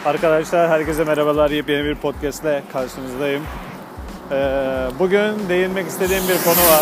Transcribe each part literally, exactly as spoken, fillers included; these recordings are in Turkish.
Arkadaşlar herkese merhabalar. Yepyeni bir podcast ile karşınızdayım. Ee, bugün değinmek istediğim bir konu var.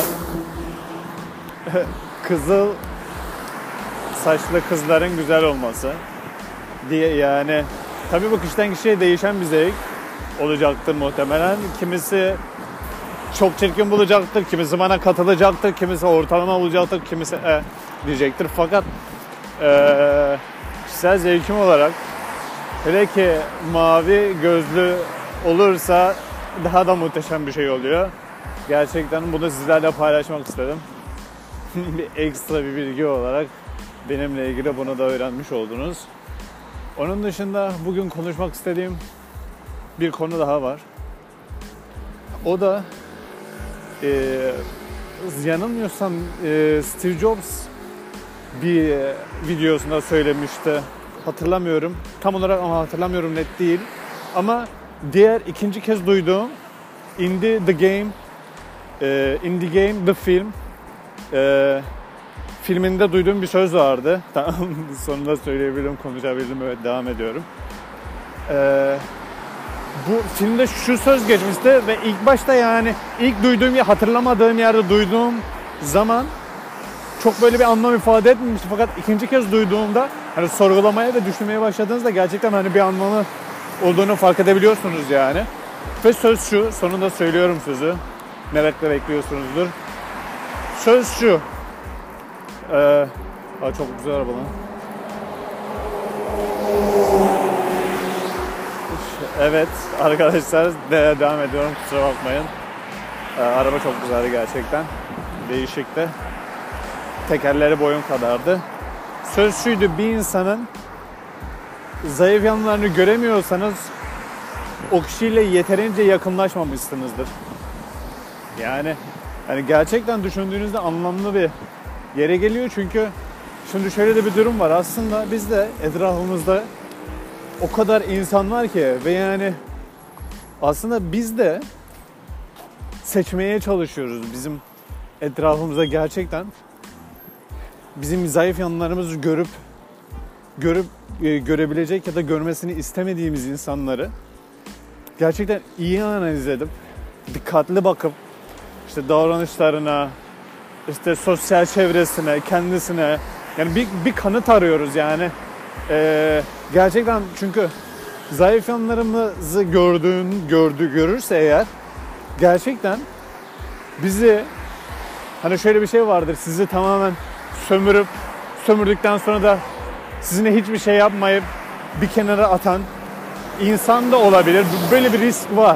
Kızıl saçlı kızların güzel olması diye, yani tabii bu kişiden kişiye değişen bir zevk olacaktır muhtemelen. Kimisi çok çirkin bulacaktır, kimisi bana katılacaktır, kimisi ortalama bulacaktır, kimisi e diyecektir. Fakat e, kişisel zevkim olarak, hele ki mavi gözlü olursa daha da muhteşem bir şey oluyor. Gerçekten bunu sizlerle paylaşmak istedim. bir ekstra bir bilgi olarak benimle ilgili bunu da öğrenmiş oldunuz. Onun dışında bugün konuşmak istediğim bir konu daha var. O da e, yanılmıyorsam e, Steve Jobs bir videosunda söylemişti. Hatırlamıyorum. Tam olarak ama hatırlamıyorum, net değil. Ama diğer ikinci kez duyduğum In the, the Game e, In the Game The Film e, filminde duyduğum bir söz vardı. Tamam, sonunda söyleyebilirim, konuşabildim. Evet, devam ediyorum. E, bu filmde şu söz geçmişti ve ilk başta, yani ilk duyduğum ya hatırlamadığım yerde duyduğum zaman çok böyle bir anlam ifade etmemişti. Fakat ikinci kez duyduğumda hani sorgulamaya ve düşünmeye başladığınızda gerçekten hani bir anlamı olduğunu fark edebiliyorsunuz yani. Ve söz şu, sonunda söylüyorum sözü. Merakla bekliyorsunuzdur. Söz şu. Ee, aa, çok güzel araba lan. Evet arkadaşlar, de devam ediyorum, kusura bakmayın. Ee, araba çok güzeldi gerçekten. Değişikti. Tekerleri boyun kadardı. Söz şuydu: bir insanın zayıf yanlarını göremiyorsanız o kişiyle yeterince yakınlaşmamışsınızdır. Yani, yani gerçekten düşündüğünüzde anlamlı bir yere geliyor. Çünkü şimdi şöyle de bir durum var. Aslında biz de etrafımızda o kadar insan var ki ve yani aslında biz de seçmeye çalışıyoruz bizim etrafımıza gerçekten bizim zayıf yanlarımızı görüp görüp e, görebilecek ya da görmesini istemediğimiz insanları gerçekten iyi analiz edip dikkatli bakıp işte davranışlarına, işte sosyal çevresine, kendisine, yani bir, bir kanıt arıyoruz yani. Ee, gerçekten çünkü zayıf yanlarımızı gördüğün, gördü, görürse eğer gerçekten bizi, hani şöyle bir şey vardır, sizi tamamen sömürüp sömürdükten sonra da sizinle hiçbir şey yapmayıp bir kenara atan insan da olabilir. Böyle bir risk var.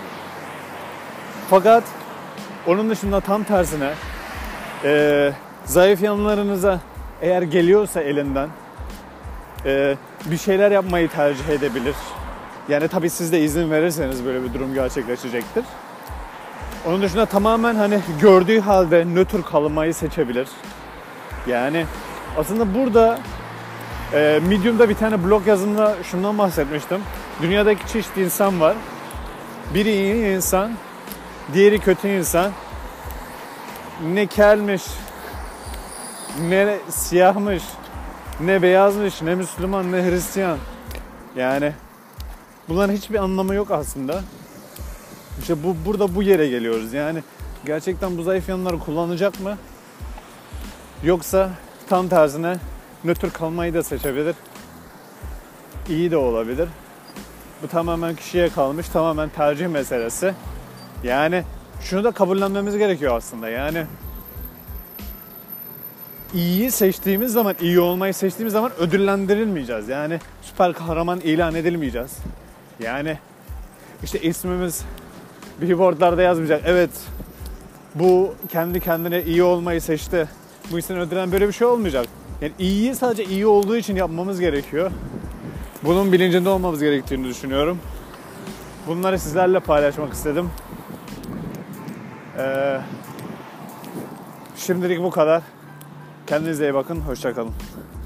Fakat onun dışında tam tersine e, zayıf yanlarınıza eğer geliyorsa elinden e, bir şeyler yapmayı tercih edebilir. Yani tabii siz de izin verirseniz böyle bir durum gerçekleşecektir. Onun dışında tamamen hani gördüğü halde nötr kalmayı seçebilir. Yani aslında burada e, Medium'da bir tane blog yazımda şundan bahsetmiştim. Dünyadaki çeşitli insan var. Biri iyi insan, diğeri kötü insan. Ne kelmiş, ne siyahmış, ne beyazmış, ne Müslüman, ne Hristiyan. Yani bunların hiçbir anlamı yok aslında. İşte bu, burada bu yere geliyoruz. Yani gerçekten bu zayıf yanları kullanacak mı? Yoksa tam tersine nötr kalmayı da seçebilir. İyi de olabilir. Bu tamamen kişiye kalmış, tamamen tercih meselesi. Yani şunu da kabullenmemiz gerekiyor aslında. Yani iyiyi seçtiğimiz zaman, iyi olmayı seçtiğimiz zaman ödüllendirilmeyeceğiz. Yani süper kahraman ilan edilmeyeceğiz. Yani işte ismimiz billboardlarda yazmayacak. Evet, bu kendi kendine iyi olmayı seçti, bu insan ödülen, böyle bir şey olmayacak. Yani iyiyi sadece iyi olduğu için yapmamız gerekiyor. Bunun bilincinde olmamız gerektiğini düşünüyorum. Bunları sizlerle paylaşmak istedim. Ee, şimdilik bu kadar. Kendinize iyi bakın. Hoşça kalın.